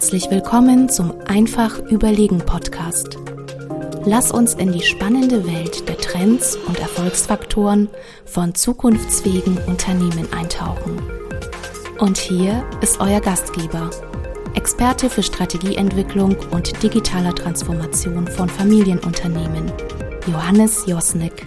Herzlich willkommen zum Einfach Überlegen Podcast. Lass uns in die spannende Welt der Trends und Erfolgsfaktoren von zukunftsfähigen Unternehmen eintauchen. Und hier ist euer Gastgeber, Experte für Strategieentwicklung und digitaler Transformation von Familienunternehmen, Johannes Josnick.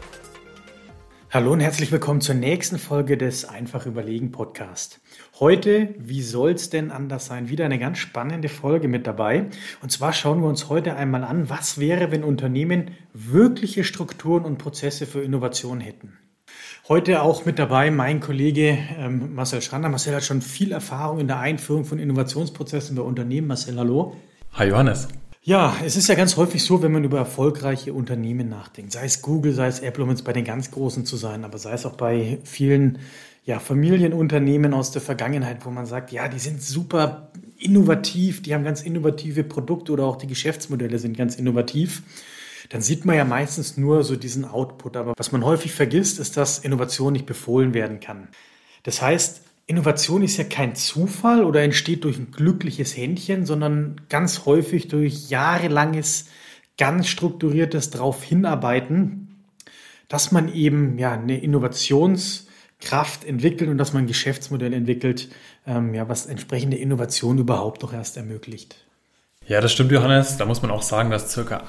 Hallo und herzlich willkommen zur nächsten Folge des Einfach Überlegen Podcast. Heute, wie soll's denn anders sein, wieder eine ganz spannende Folge mit dabei. Und zwar schauen wir uns heute einmal an, was wäre, wenn Unternehmen wirkliche Strukturen und Prozesse für Innovation hätten. Heute auch mit dabei mein Kollege Marcel Schrander. Marcel hat schon viel Erfahrung in der Einführung von Innovationsprozessen bei Unternehmen. Marcel, hallo. Hi Johannes. Ja, es ist ja ganz häufig so, wenn man über erfolgreiche Unternehmen nachdenkt, sei es Google, sei es Apple, um jetzt bei den ganz Großen zu sein, aber sei es auch bei vielen Familienunternehmen aus der Vergangenheit, wo man sagt, ja, die sind super innovativ, die haben ganz innovative Produkte oder auch die Geschäftsmodelle sind ganz innovativ, dann sieht man ja meistens nur so diesen Output. Aber was man häufig vergisst, ist, dass Innovation nicht befohlen werden kann. Das heißt, Innovation ist ja kein Zufall oder entsteht durch ein glückliches Händchen, sondern ganz häufig durch jahrelanges, ganz strukturiertes darauf hinarbeiten, dass man eben eine Innovationskraft entwickelt und dass man ein Geschäftsmodell entwickelt, was entsprechende Innovation überhaupt doch erst ermöglicht. Ja, das stimmt, Johannes. Da muss man auch sagen, dass ca.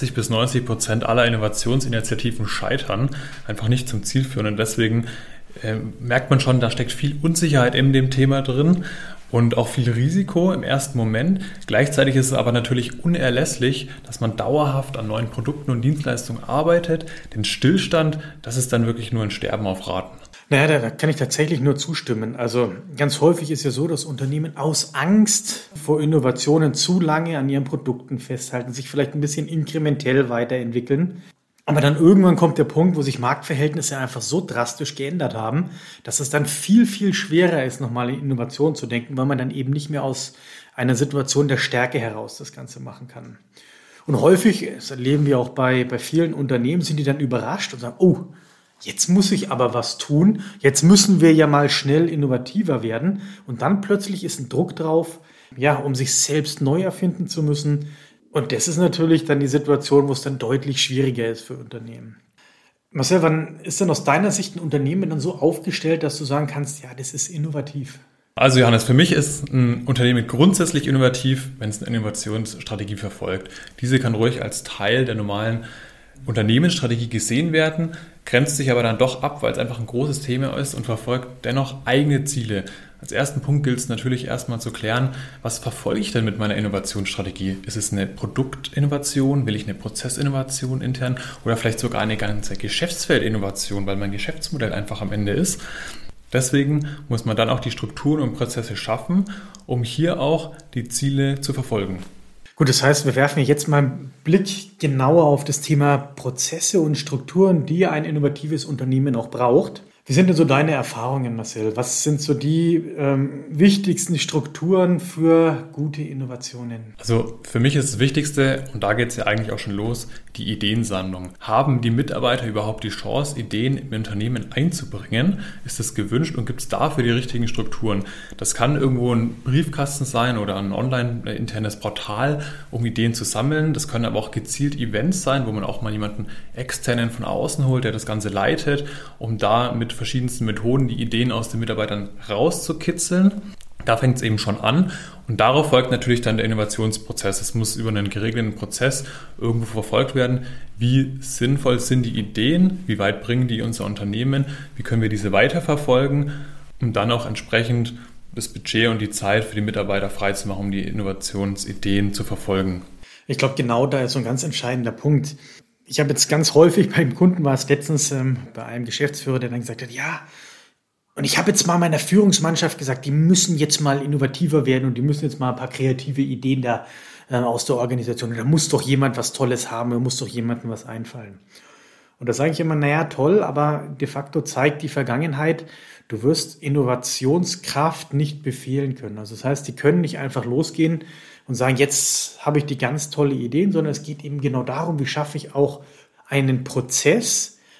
80-90% aller Innovationsinitiativen scheitern, einfach nicht zum Ziel führen. Und deswegen merkt man schon, da steckt viel Unsicherheit in dem Thema drin und auch viel Risiko im ersten Moment. Gleichzeitig ist es aber natürlich unerlässlich, dass man dauerhaft an neuen Produkten und Dienstleistungen arbeitet. Den Stillstand, das ist dann wirklich nur ein Sterben auf Raten. Naja, da kann ich tatsächlich nur zustimmen. Also ganz häufig ist ja so, dass Unternehmen aus Angst vor Innovationen zu lange an ihren Produkten festhalten, sich vielleicht ein bisschen inkrementell weiterentwickeln. Aber dann irgendwann kommt der Punkt, wo sich Marktverhältnisse einfach so drastisch geändert haben, dass es dann viel, viel schwerer ist, nochmal in Innovation zu denken, weil man dann eben nicht mehr aus einer Situation der Stärke heraus das Ganze machen kann. Und häufig, das erleben wir auch bei vielen Unternehmen, sind die dann überrascht und sagen, oh, jetzt muss ich aber was tun, jetzt müssen wir ja mal schnell innovativer werden. Und dann plötzlich ist ein Druck drauf, um sich selbst neu erfinden zu müssen. Und das ist natürlich dann die Situation, wo es dann deutlich schwieriger ist für Unternehmen. Marcel, wann ist denn aus deiner Sicht ein Unternehmen dann so aufgestellt, dass du sagen kannst, ja, das ist innovativ? Also Johannes, für mich ist ein Unternehmen grundsätzlich innovativ, wenn es eine Innovationsstrategie verfolgt. Diese kann ruhig als Teil der normalen Unternehmensstrategie gesehen werden, grenzt sich aber dann doch ab, weil es einfach ein großes Thema ist und verfolgt dennoch eigene Ziele. Als ersten Punkt gilt es natürlich erstmal zu klären, was verfolge ich denn mit meiner Innovationsstrategie? Ist es eine Produktinnovation? Will ich eine Prozessinnovation intern oder vielleicht sogar eine ganze Geschäftsfeldinnovation, weil mein Geschäftsmodell einfach am Ende ist? Deswegen muss man dann auch die Strukturen und Prozesse schaffen, um hier auch die Ziele zu verfolgen. Gut, das heißt, wir werfen jetzt mal einen Blick genauer auf das Thema Prozesse und Strukturen, die ein innovatives Unternehmen auch braucht. Wie sind denn so deine Erfahrungen, Marcel? Was sind so die wichtigsten Strukturen für gute Innovationen? Also für mich ist das Wichtigste, und da geht es ja eigentlich auch schon los, die Ideensammlung. Haben die Mitarbeiter überhaupt die Chance, Ideen im Unternehmen einzubringen? Ist das gewünscht und gibt es dafür die richtigen Strukturen? Das kann irgendwo ein Briefkasten sein oder ein online-internes Portal, um Ideen zu sammeln. Das können aber auch gezielt Events sein, wo man auch mal jemanden externen von außen holt, der das Ganze leitet, um da mit verschiedensten Methoden die Ideen aus den Mitarbeitern rauszukitzeln. Da fängt es eben schon an und darauf folgt natürlich dann der Innovationsprozess. Es muss über einen geregelten Prozess irgendwo verfolgt werden. Wie sinnvoll sind die Ideen? Wie weit bringen die unser Unternehmen? Wie können wir diese weiterverfolgen? Um dann auch entsprechend das Budget und die Zeit für die Mitarbeiter freizumachen, um die Innovationsideen zu verfolgen. Ich glaube, genau da ist so ein ganz entscheidender Punkt. Ich habe jetzt ganz häufig beim Kunden, war es letztens bei einem Geschäftsführer, der dann gesagt hat, ja, und ich habe jetzt mal meiner Führungsmannschaft gesagt, die müssen jetzt mal innovativer werden und die müssen jetzt mal ein paar kreative Ideen da aus der Organisation. Und da muss doch jemand was Tolles haben, da muss doch jemandem was einfallen. Und da sage ich immer, naja, toll, aber de facto zeigt die Vergangenheit, du wirst Innovationskraft nicht befehlen können. Also das heißt, die können nicht einfach losgehen und sagen, jetzt habe ich die ganz tolle Ideen, sondern es geht eben genau darum, wie schaffe ich auch einen Prozess,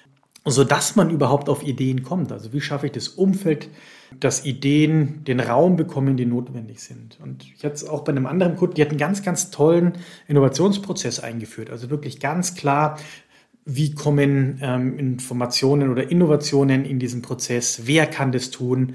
sodass man überhaupt auf Ideen kommt. Also wie schaffe ich das Umfeld, dass Ideen den Raum bekommen, die notwendig sind. Und ich hatte es auch bei einem anderen Kunden, die hat einen ganz, ganz tollen Innovationsprozess eingeführt. Also wirklich ganz klar, wie kommen Informationen oder Innovationen in diesen Prozess, wer kann das tun.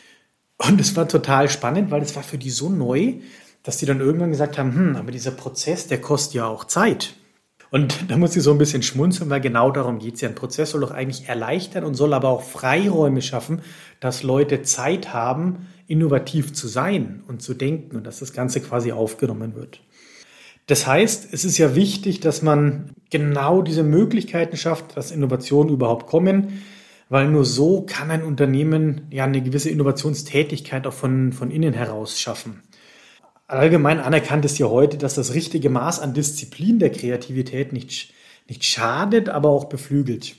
Und es war total spannend, weil es war für die so neu, dass die dann irgendwann gesagt haben, aber dieser Prozess, der kostet ja auch Zeit. Und da muss ich so ein bisschen schmunzeln, weil genau darum geht es ja. Ein Prozess soll doch eigentlich erleichtern und soll aber auch Freiräume schaffen, dass Leute Zeit haben, innovativ zu sein und zu denken und dass das Ganze quasi aufgenommen wird. Das heißt, es ist ja wichtig, dass man genau diese Möglichkeiten schafft, dass Innovationen überhaupt kommen, weil nur so kann ein Unternehmen ja eine gewisse Innovationstätigkeit auch von innen heraus schaffen. Allgemein anerkannt ist ja heute, dass das richtige Maß an Disziplin der Kreativität nicht schadet, aber auch beflügelt.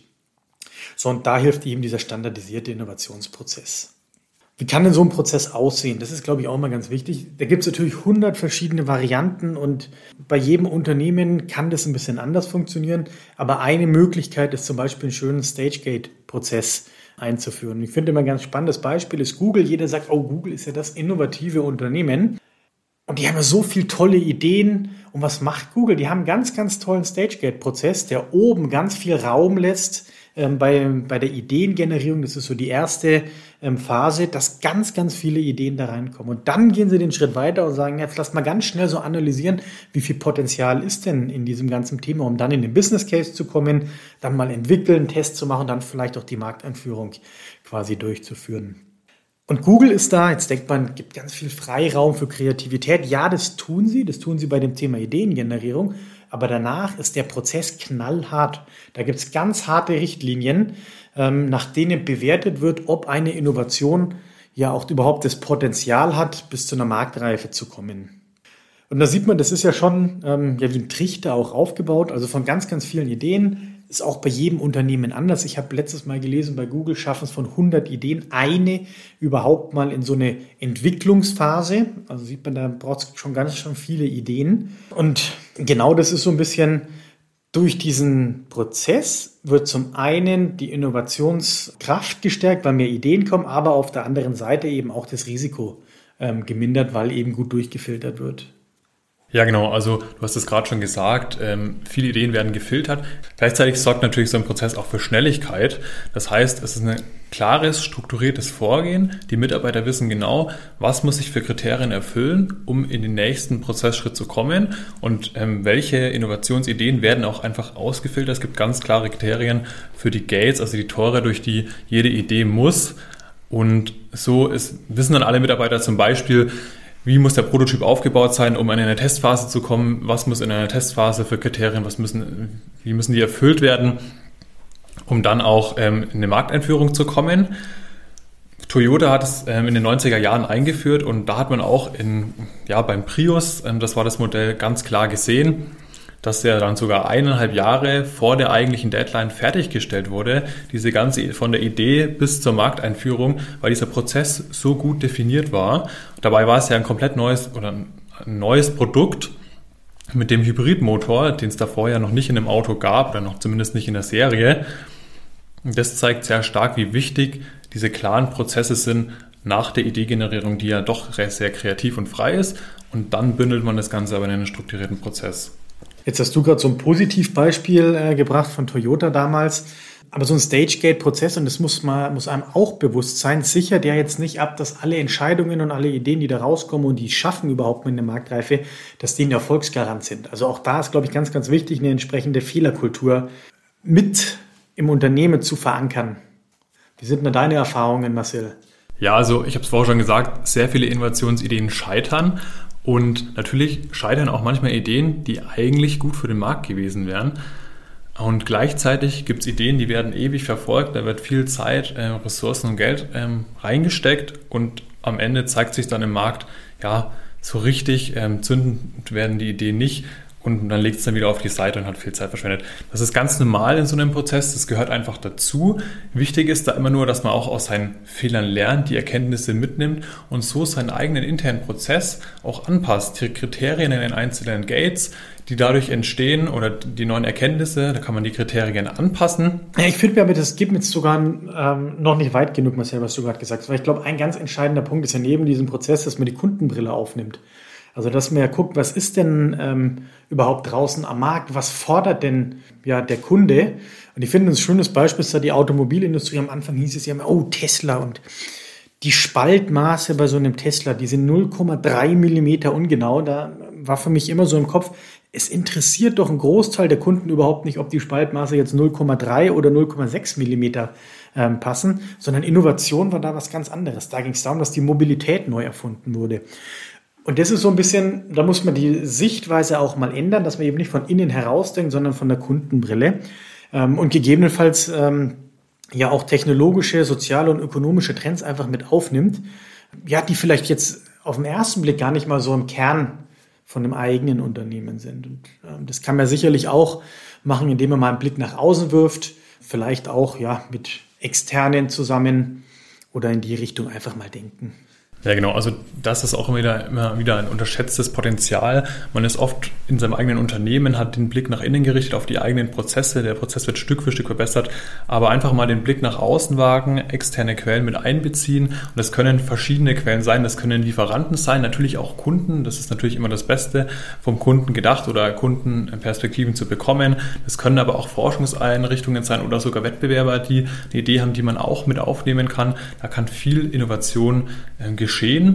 So, und da hilft eben dieser standardisierte Innovationsprozess. Wie kann denn so ein Prozess aussehen? Das ist, glaube ich, auch mal ganz wichtig. Da gibt es natürlich 100 verschiedene Varianten und bei jedem Unternehmen kann das ein bisschen anders funktionieren. Aber eine Möglichkeit ist zum Beispiel einen schönen Stage-Gate-Prozess einzuführen. Ich finde immer ein ganz spannendes Beispiel ist Google. Jeder sagt, oh, Google ist ja das innovative Unternehmen. Und die haben ja so viele tolle Ideen. Und was macht Google? Die haben einen ganz, ganz tollen Stage-Gate-Prozess, der oben ganz viel Raum lässt bei der Ideengenerierung. Das ist so die erste Phase, dass ganz, ganz viele Ideen da reinkommen. Und dann gehen sie den Schritt weiter und sagen, jetzt lasst mal ganz schnell so analysieren, wie viel Potenzial ist denn in diesem ganzen Thema, um dann in den Business Case zu kommen, dann mal entwickeln, Test zu machen, dann vielleicht auch die Markteinführung quasi durchzuführen. Und Google ist da, jetzt denkt man, gibt ganz viel Freiraum für Kreativität. Ja, das tun sie bei dem Thema Ideengenerierung. Aber danach ist der Prozess knallhart. Da gibt es ganz harte Richtlinien, nach denen bewertet wird, ob eine Innovation ja auch überhaupt das Potenzial hat, bis zu einer Marktreife zu kommen. Und da sieht man, das ist ja schon wie ein Trichter auch aufgebaut, also von ganz, ganz vielen Ideen. Ist auch bei jedem Unternehmen anders. Ich habe letztes Mal gelesen, bei Google schaffen es von 100 Ideen eine überhaupt mal in so eine Entwicklungsphase. Also sieht man, da braucht es schon ganz schön viele Ideen. Und genau das ist so ein bisschen, durch diesen Prozess wird zum einen die Innovationskraft gestärkt, weil mehr Ideen kommen, aber auf der anderen Seite eben auch das Risiko gemindert, weil eben gut durchgefiltert wird. Ja, genau. Also du hast es gerade schon gesagt, viele Ideen werden gefiltert. Gleichzeitig sorgt natürlich so ein Prozess auch für Schnelligkeit. Das heißt, es ist ein klares, strukturiertes Vorgehen. Die Mitarbeiter wissen genau, was muss ich für Kriterien erfüllen, um in den nächsten Prozessschritt zu kommen und welche Innovationsideen werden auch einfach ausgefiltert. Es gibt ganz klare Kriterien für die Gates, also die Tore, durch die jede Idee muss. Und so wissen dann alle Mitarbeiter zum Beispiel, wie muss der Prototyp aufgebaut sein, um in eine Testphase zu kommen? Was muss in einer Testphase für Kriterien, wie müssen die erfüllt werden, um dann auch in eine Markteinführung zu kommen? Toyota hat es in den 90er Jahren eingeführt und da hat man auch beim Prius, das war das Modell, ganz klar gesehen, dass der dann sogar 1,5 Jahre vor der eigentlichen Deadline fertiggestellt wurde, diese ganze von der Idee bis zur Markteinführung, weil dieser Prozess so gut definiert war. Dabei war es ja ein komplett neues Produkt mit dem Hybridmotor, den es davor ja noch nicht in einem Auto gab oder noch zumindest nicht in der Serie. Das zeigt sehr stark, wie wichtig diese klaren Prozesse sind nach der Ideegenerierung, die ja doch sehr kreativ und frei ist. Und dann bündelt man das Ganze aber in einen strukturierten Prozess. Jetzt hast du gerade so ein Positivbeispiel gebracht von Toyota damals. Aber so ein Stage-Gate-Prozess, und das muss einem auch bewusst sein, sichert ja jetzt nicht ab, dass alle Entscheidungen und alle Ideen, die da rauskommen und die schaffen überhaupt mit einer Marktreife, dass die ein Erfolgsgarant sind. Also auch da ist, glaube ich, ganz, ganz wichtig, eine entsprechende Fehlerkultur mit im Unternehmen zu verankern. Wie sind denn deine Erfahrungen, Marcel? Ja, also ich habe es vorher schon gesagt, sehr viele Innovationsideen scheitern. Und natürlich scheitern auch manchmal Ideen, die eigentlich gut für den Markt gewesen wären. Und gleichzeitig gibt es Ideen, die werden ewig verfolgt, da wird viel Zeit, Ressourcen und Geld reingesteckt und am Ende zeigt sich dann im Markt, ja, so richtig zündend werden die Ideen nicht und dann legt es dann wieder auf die Seite und hat viel Zeit verschwendet. Das ist ganz normal in so einem Prozess, das gehört einfach dazu. Wichtig ist da immer nur, dass man auch aus seinen Fehlern lernt, die Erkenntnisse mitnimmt und so seinen eigenen internen Prozess auch anpasst. Die Kriterien in den einzelnen Gates, die dadurch entstehen oder die neuen Erkenntnisse, da kann man die Kriterien anpassen. Ja, ich finde mir aber, das geht mir jetzt sogar noch nicht weit genug, Marcel, was du gerade gesagt hast. Weil ich glaube, ein ganz entscheidender Punkt ist ja neben diesem Prozess, dass man die Kundenbrille aufnimmt. Also dass man ja guckt, was ist denn überhaupt draußen am Markt, was fordert denn ja der Kunde? Und ich finde, ein schönes Beispiel ist da die Automobilindustrie. Am Anfang hieß es ja immer, oh, Tesla, und die Spaltmaße bei so einem Tesla, die sind 0,3 Millimeter ungenau. Da war für mich immer so im Kopf, es interessiert doch einen Großteil der Kunden überhaupt nicht, ob die Spaltmaße jetzt 0,3 oder 0,6 Millimeter passen, sondern Innovation war da was ganz anderes. Da ging es darum, dass die Mobilität neu erfunden wurde. Und das ist so ein bisschen, da muss man die Sichtweise auch mal ändern, dass man eben nicht von innen heraus denkt, sondern von der Kundenbrille. Und gegebenenfalls ja auch technologische, soziale und ökonomische Trends einfach mit aufnimmt, ja, die vielleicht jetzt auf den ersten Blick gar nicht mal so im Kern von einem eigenen Unternehmen sind. Und das kann man sicherlich auch machen, indem man mal einen Blick nach außen wirft, vielleicht auch ja mit Externen zusammen oder in die Richtung einfach mal denken. Ja, genau. Also das ist auch immer wieder ein unterschätztes Potenzial. Man ist oft in seinem eigenen Unternehmen, hat den Blick nach innen gerichtet auf die eigenen Prozesse. Der Prozess wird Stück für Stück verbessert. Aber einfach mal den Blick nach außen wagen, externe Quellen mit einbeziehen. Und das können verschiedene Quellen sein. Das können Lieferanten sein, natürlich auch Kunden. Das ist natürlich immer das Beste, vom Kunden gedacht oder Kundenperspektiven zu bekommen. Das können aber auch Forschungseinrichtungen sein oder sogar Wettbewerber, die eine Idee haben, die man auch mit aufnehmen kann. Da kann viel Innovation geschehen.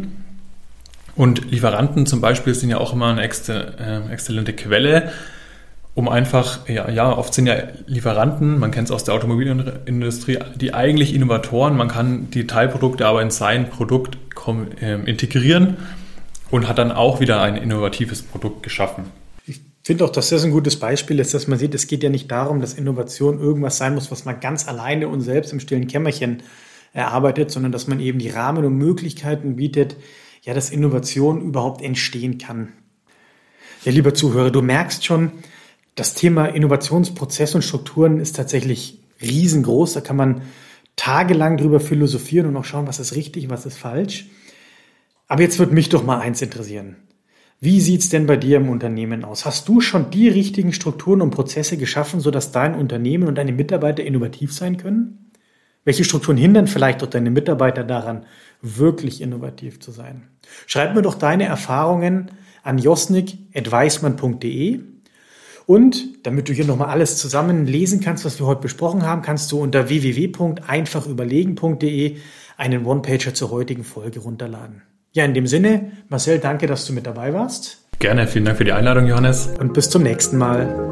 Und Lieferanten zum Beispiel sind ja auch immer eine exzellente Quelle, um einfach, oft sind ja Lieferanten, man kennt es aus der Automobilindustrie, die eigentlich Innovatoren, man kann die Teilprodukte aber in sein Produkt integrieren und hat dann auch wieder ein innovatives Produkt geschaffen. Ich finde auch, dass das ein gutes Beispiel ist, dass man sieht, es geht ja nicht darum, dass Innovation irgendwas sein muss, was man ganz alleine und selbst im stillen Kämmerchen erarbeitet, sondern dass man eben die Rahmen und Möglichkeiten bietet, ja, dass Innovation überhaupt entstehen kann. Ja, lieber Zuhörer, du merkst schon, das Thema Innovationsprozess und Strukturen ist tatsächlich riesengroß. Da kann man tagelang drüber philosophieren und auch schauen, was ist richtig, was ist falsch. Aber jetzt würde mich doch mal eins interessieren. Wie sieht's denn bei dir im Unternehmen aus? Hast du schon die richtigen Strukturen und Prozesse geschaffen, sodass dein Unternehmen und deine Mitarbeiter innovativ sein können? Welche Strukturen hindern vielleicht auch deine Mitarbeiter daran, wirklich innovativ zu sein? Schreib mir doch deine Erfahrungen an josnik@weismann.de. Und damit du hier nochmal alles zusammen lesen kannst, was wir heute besprochen haben, kannst du unter www.einfachüberlegen.de einen One-Pager zur heutigen Folge runterladen. Ja, in dem Sinne, Marcel, danke, dass du mit dabei warst. Gerne, vielen Dank für die Einladung, Johannes. Und bis zum nächsten Mal.